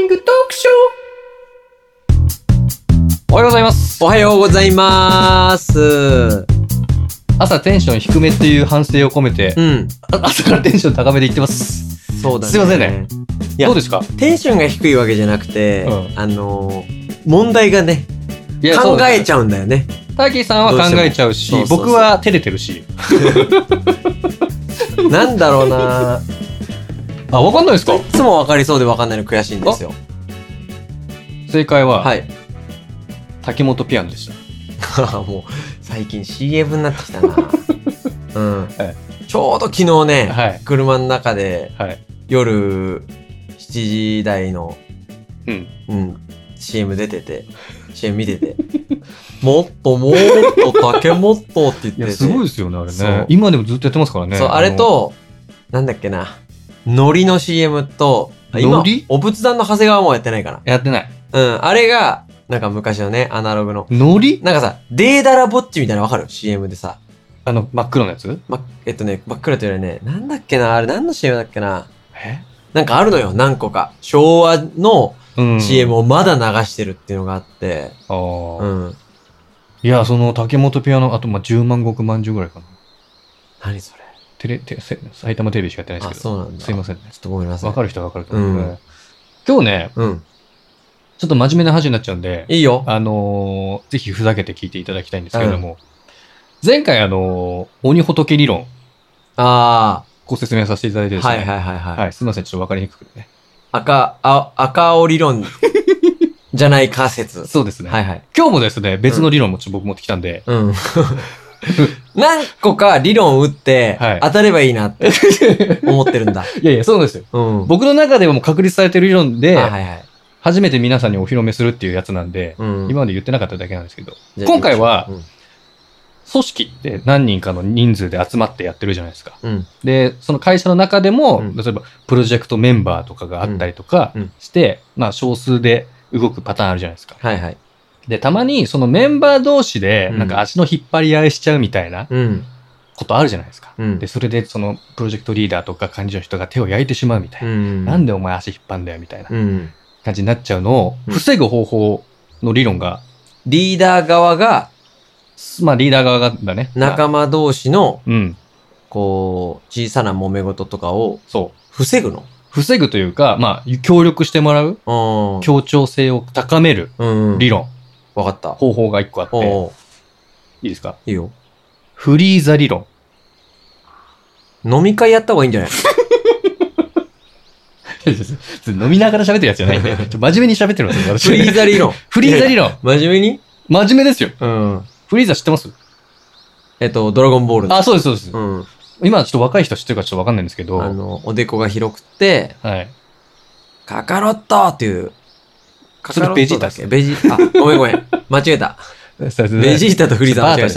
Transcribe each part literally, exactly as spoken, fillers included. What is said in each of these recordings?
ングトークショー。おはようございます。 おはようございます。 朝テンション低めっていう反省を込めて、 うん、 朝からテンション高めでいってます。 そうだね。 すいませんね。いやどうですか？ テンションが低いわけじゃなくて、うん、あのー、問題がね、いや考えちゃうんだよね。 ターキーさんは考えちゃうし、そうそうそう、僕は照れてるし。 なんだろうな。 あ、わかんないですか？ いつもわかりそうでわかんないの悔しいんですよ。 正解は、 はい、 滝本ピアノでした。 もう最近 シーエム になってきたな。うん、はい、ちょうど昨日ね、はい、車の中で、はい、夜しちじ台の、うんうん、シーエム 出てて シーエム 見ててもっともっと竹本って言ってて、いやすごいですよねあれね。今でもずっとやってますからね。 そう、あれとなんだっけな、海苔の シーエム と、今お仏壇の長谷川もやってないかな。 やってない。 うん、あれがなんか昔のねアナログの海苔なんかさ、デーダラぼっちみたいなのわかる？ シーエム でさ、 あの真っ黒のやつ、 ま、えっとね真っ黒というよりね、なんだっけな、あれ何の シーエム だっけな。えなんかあるのよ、何個か昭和の シーエム をまだ流してるっていうのがあって、 ああ、うん、いやその竹本ピアノ、あとまあじゅうまんごくまんじゅうぐらいかな。 何それ？ テレテ埼玉テレビしかやってないですけど。 あ、そうなんだ。 すいませんね。 ちょっとごめんなさい。 わかる人はわかると思う、ね、うん、今日ね、うん、ちょっと真面目な話になっちゃうんで、 いいよ。 あのー、ぜひふざけて聞いていただきたいんですけれども、うん、前回あのー、鬼仏理論、ああ、ご説明させていただいてですね。 はいはいはいはい。 はい、すみません、ちょっとわかりにくくてね。 赤、あ、赤青理論じゃないか説。 そうですね。 はいはい。 今日もですね、別の理論もちょっと僕持ってきたんで、うん。 何個か理論を打って、はい、当たればいいなって思ってるんだ。 いやいや、そうなんですよ。うん、僕の中ではもう確立されてる理論で、はいはい、初めて皆さんにお披露目するっていうやつなんで、うん、今まで言ってなかっただけなんですけど、今回は、うん、組織って何人かの人数で集まってやってるじゃないですか。うん、で、その会社の中でも、うん、例えばプロジェクトメンバーとかがあったりとかして、うん、まあ少数で動くパターンあるじゃないですか。はいはい。で、たまにそのメンバー同士で、なんか足の引っ張り合いしちゃうみたいなことあるじゃないですか。うん、で、それでそのプロジェクトリーダーとか幹事の人が手を焼いてしまうみたいな。うん、なんでお前足引っ張んだよみたいな感じになっちゃうのを防ぐ方法の理論が。 リーダー側が、 まあリーダー側がだね。 仲間同士の、うん、こう、小さな揉め事とかを、そう。防ぐの？ 防ぐというか、まあ、協力してもらう。協調性を高める理論。 わかった。 方法が一個あって。いいですか？ いいよ。 フリーザ理論。 飲み会やった方がいいんじゃない？ 飲みながら喋ってるやつじゃないんで。真面目に喋ってるんですよ、私。 フリーザ理論。 フリーザ理論。 真面目に？ 真面目ですよ。うん。フリーザ知ってます？ えっと、ドラゴンボール。 あ、そうです、そうです。うん。今ちょっと若い人知ってるかちょっとわかんないんですけど。 あの、おでこが広くて、はい。カカロットっていう、 それベジータっけ？ ベジータ、あ、ごめんごめん。間違えた。ベジータとフリーザ間違えました。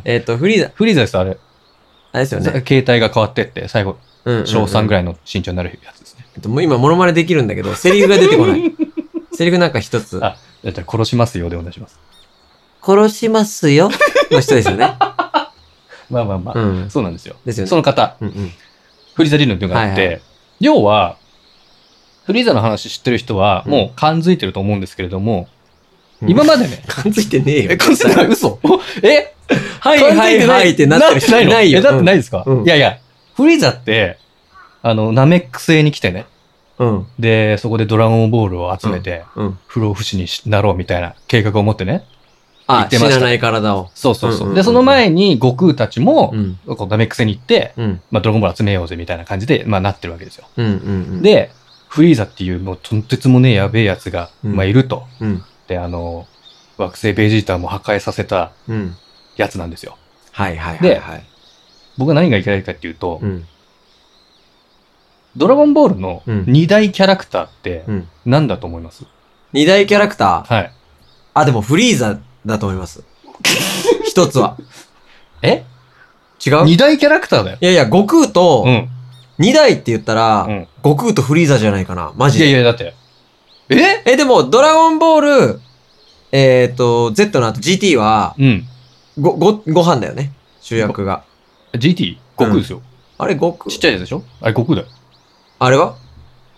えっと、フリーザ。 フリーザです、あれ。 あれですよね。 携帯が変わってって、最後、小さんぐらいの身長になるやつですね。 えっと、もう今、モノマネできるんだけど、セリフが出てこない。セリフなんか一つ。 あ、だったら殺しますよでお願いします。 殺しますよの人ですよね。 まあまあまあ、うん、そうなんですよ。ですよね。その方、うんうん、フリーザ理論っていうのがあって、はいはい、要は、フリーザの話知ってる人は、もう感づいてると思うんですけれども、うん、今までね。 感づいてねえよ。 え、感づいてない？嘘えはいはいはいってなってる人いないよ。 え、だってないですか？うん、いやいや、フリーザって、あの、ナメック星に来てね。うん、で、そこでドラゴンボールを集めて、うんうん、不老不死になろうみたいな計画を持ってね。 あ、死なない体を。 そうそうそう。うんうんうん、で、その前に悟空たちも、うん、こうナメック星に行って、うん、まあ、ドラゴンボール集めようぜみたいな感じで、まあ、なってるわけですよ。うんうんうん、で、フリーザっていう、もうとんてつもねえやべえやつが、うん、まあ、いると、うん。で、あの、惑星ベジータも破壊させたやつなんですよ。 うん、はいはいはい、はい。 で、僕は何がいけないかっていうと、うん、ドラゴンボールの二大キャラクターって何だと思います？ 二大キャラクター？ はい。 あ、でもフリーザだと思います。一つは。 え？ 違う？ 二大キャラクターだよ。 いやいや、悟空と、二大って言ったら、うん、悟空とフリーザじゃないかな。マジで。 いやいや、だって。 ええ、でも、ドラゴンボール、えっと、Z の後 ジーティー は、うん。ご、ご、ご飯だよね。主役が。 ジーティー？ 悟空ですよ。 うん、あれ、悟空？ ちっちゃいやつでしょ？あれ、悟空だよ。 あれは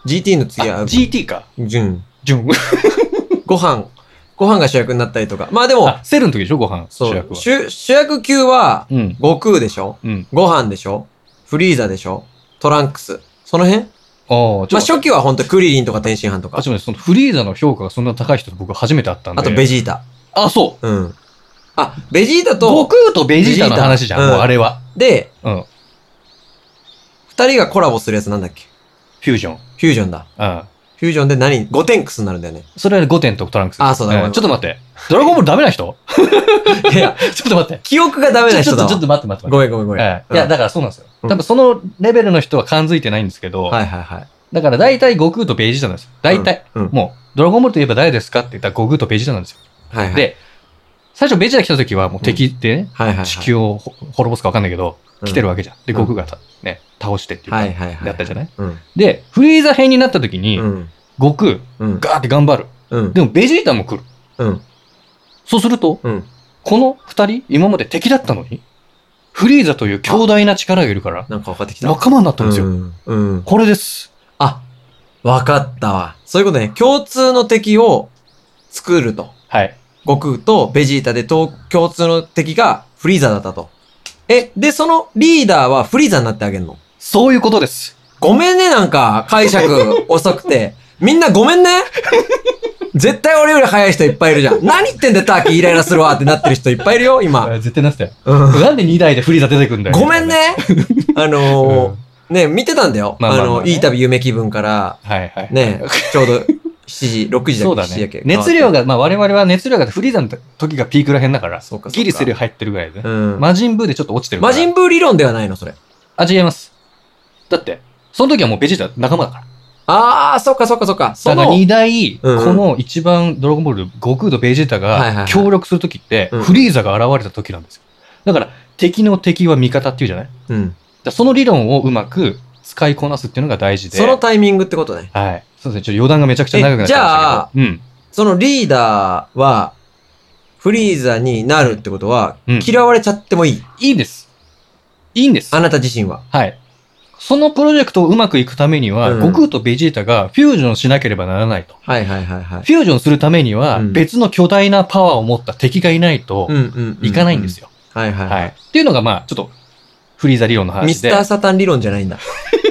ジーティー の次は。 ジーティー か。 ジュン。 ジュン。 ご飯。ご飯が主役になったりとか。まあでも。 セルの時でしょご飯。主役は。 主、主役級は、悟空でしょ、うん、ご飯でしょフリーザでしょトランクス。その辺ああ、まあ初期は本当クリリンとか天津飯とか。 あ、ちょっとそのフリーザの評価がそんな高い人と僕初めて会ったんで。 あとベジータ。 あ、そう。 うん。あ、ベジータと。 悟空とベジータの話じゃん、うん、もうあれは。 で、うん。二人がコラボするやつなんだっけフュージョン。 フュージョンだ。うん。フュージョンで何ゴテンクスになるんだよね。 それはゴテンとトランクス。 あ、そうだ、 うん。ちょっと待って。ドラゴンボールダメな人いや、ちょっと待って。 記憶がダメな人だわ。 ちょっと待って待って待って。 ごめんごめんごめん。 いや、だからそうなんですよ。多分そのレベルの人は感づいてないんですけど。 はいはいはい。 だから大体悟空とベジータなんですよ。大体。もう、ドラゴンボールといえば誰ですかって言ったら悟空とベジータなんですよ。はいはい。で、最初ベジータ来た時はもう敵でね、地球を滅ぼすか分かんないけど、来てるわけじゃん。で、悟空がね、倒してっていうか、やったじゃないで、フリーザ編になった時に、悟空、ガーって頑張る。でもベジータも来る。そうすると、この二人、今まで敵だったのに、フリーザという強大な力がいるから、 なんか分かってきた。 仲間になったんですよ。これです。 あ、分かったわ。そういうことね。共通の敵を作ると。はい。悟空とベジータで共通の敵がフリーザだったと。え、で、そのリーダーはフリーザになってあげるの？ そういうことです。 ごめんね、なんか、解釈遅くて。みんなごめんね。絶対俺より早い人いっぱいいるじゃん。何言ってんだよ、ターキーイライラするわってなってる人いっぱいいるよ、今。 絶対なってたよ。なんでにだいでフリーザ出てくんだよ。 ごめんね。あのー、ね、見てたんだよ。あの、いい旅夢気分から、はいはい。ね、ちょうどしちじ、ろくじだっけ、しちじだっけ。 熱量が、まあ我々は熱量がフリーザの時がピークらへんだから、ギリセル入ってるぐらいで。魔人ブーでちょっと落ちてるから。 魔人ブー理論ではないの、それ。 あ、違います。だって、その時はもうベジータ仲間だから。 ああ、そっかそっかそっか。 だからにだい、この一番ドラゴンボール、悟空とベジータが協力するときって、フリーザが現れた時なんですよ。だから、敵の敵は味方っていうじゃない？うん。その理論をうまく使いこなすっていうのが大事で。 そのタイミングってことね。 はい。そうですね。ちょっと余談がめちゃくちゃ長くなっちゃいましたけど。じゃあ、うん。 そのリーダーは、フリーザになるってことは、嫌われちゃってもいい？ いいんです。いいんです。 あなた自身は。 はい。そのプロジェクトをうまくいくためには、うん、悟空とベジータがフュージョンしなければならないと。 はいはいはいはい。 フュージョンするためには、別の巨大なパワーを持った敵がいないと、いかないんですよ。 はいはいはい。 っていうのが、まあ、ちょっと、フリーザ理論の話で。 ミスターサタン理論じゃないんだ。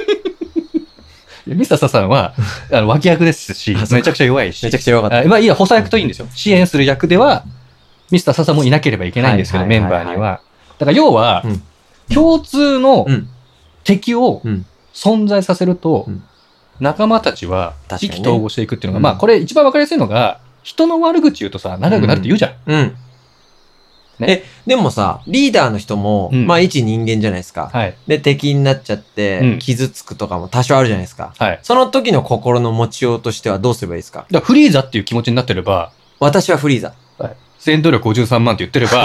ミスターサタンは、あの、脇役ですし、めちゃくちゃ弱いし。 めちゃくちゃ弱かった。 まあいいや、補佐役といいんですよ。支援する役では、ミスターサタンもいなければいけないんですけど、メンバーには。だから要は、うん、共通の敵を、うん存在させると、うん、仲間たちは意気投合していくっていうのが、ね、まあこれ一番わかりやすいのが、人の悪口言うとさ、仲良くなるって言うじゃん。うん。うん、 ね、え、でもさ、リーダーの人も、うん、まあ一人間じゃないですか。はい。で、敵になっちゃって、傷つくとかも多少あるじゃないですか。はい。その時の心の持ちようとしてはどうすればいいですか？ だからフリーザっていう気持ちになってれば、 私はフリーザ。 はい。戦闘力ごじゅうさんまんって言ってれば、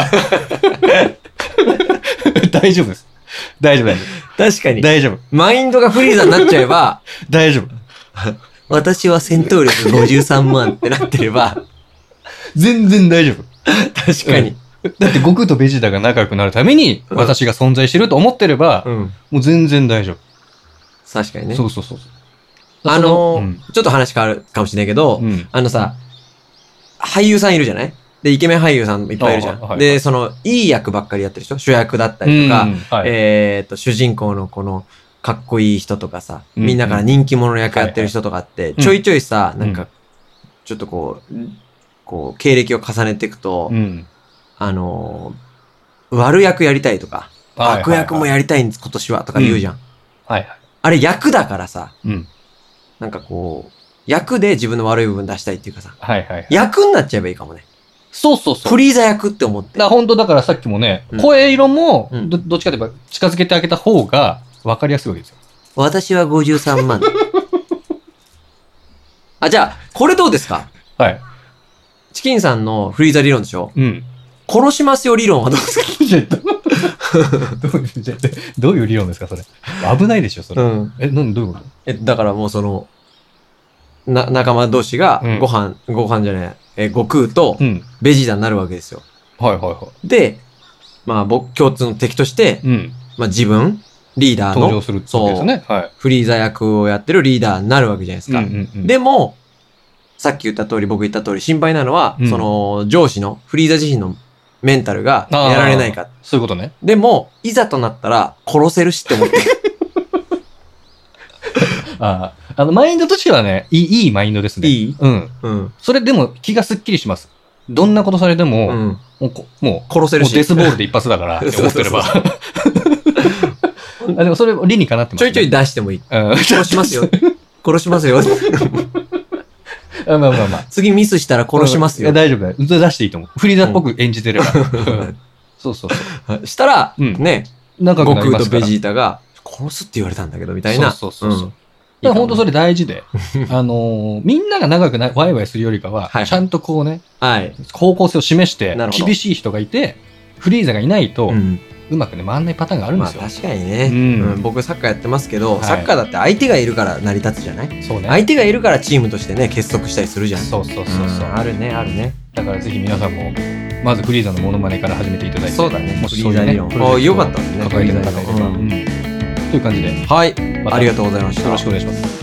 大丈夫です。大丈夫大丈夫。 確かに。 大丈夫。 マインドがフリーザになっちゃえば、 大丈夫。 私は戦闘力ごじゅうさんまんってなってれば、 全然大丈夫。 確かに、 うん。だって悟空とベジータが仲良くなるために、私が存在してると思ってれば、うん、もう全然大丈夫。 確かにね。 そうそうそう。 あのーうん、ちょっと話変わるかもしれないけど、うん、あのさ、俳優さんいるじゃない？で、イケメン俳優さんいっぱいいるじゃん。はい、で、その、いい役ばっかりやってる人、主役だったりとか、はい、えっと、主人公のこの、かっこいい人とかさ、みんなから人気者の役やってる人とかって、ちょいちょいさ、なんか、ちょっとこう、こう、経歴を重ねていくと、うん、あのー、悪役やりたいとか、悪役もやりたいんです、今年は、とか言うじゃん。うん、はいはい。あれ役だからさ、うん、なんかこう、役で自分の悪い部分出したいっていうかさ、はいはいはい、役になっちゃえばいいかもね。 そうそうそう。 フリーザ役って思って。 だ本当だからさっきもね、うん、声色もど、どっちかといえば近づけてあげた方が分かりやすいわけですよ。 私はごじゅうさんまん。あ、じゃあ、これどうですか？はい。チキンさんのフリーザ理論でしょ？うん。殺しますよ理論はどうですか？ どういう、どういう理論ですかそれ。危ないでしょそれ。うん、え、なんどういうこと？ え、だからもうその、な、仲間同士がご飯、うん、ご飯じゃない、え、悟空とベジータになるわけですよ。 うん、はいはいはい。 で、まあ僕、共通の敵として、うん、まあ自分リーダーの、 登場するってことですね。はい。 フリーザ役をやってるリーダーになるわけじゃないですか。うんうんうん、でも、さっき言った通り、僕言った通り、心配なのは、うん、その、上司の、フリーザ自身のメンタルがやられないか。 そういうことね。 でも、いざとなったら、殺せるしって思って。 ああ、あの、マインドとしてはね、いい、いいマインドですね。 いいうん。うん。それでも気がすっきりします。どんなことされても、うん、もう、もう殺せるし。 もうデスボールで一発だからって思ってれば。あ、でもそれ理にかなってます、 ね。ちょいちょい出してもいい。うん、殺しますよ。殺しますよ。 あまあまあまあ。 次ミスしたら殺しますよ。 いや大丈夫だよ。出していいと思う。フリーザっぽく演じてれば。うん、そうそうそう。したら、うん、ね、悟空とベジータが、殺すって言われたんだけど、みたいな。 そうそうそうそう。うん、だから本当それ大事で、あのー、みんなが長くなワイワイするよりかは、はい、ちゃんとこうね、はい、方向性を示して、厳しい人がいて、フリーザがいないと、うん、うまくね、回んないパターンがあるんですよ。 まあ確かにね、うんうん。僕サッカーやってますけど、はい、サッカーだって相手がいるから成り立つじゃない？そうね。相手がいるからチームとしてね、結束したりするじゃん。 そうそうそうそう。 あるね、あるね。 だからぜひ皆さんも、まずフリーザのモノマネから始めていただいて。 そうだね。 もしそういうね、 あ、よかったですね。 抱えていただければ。という感じで。 はい。ありがとうございました。 よろしくお願いします。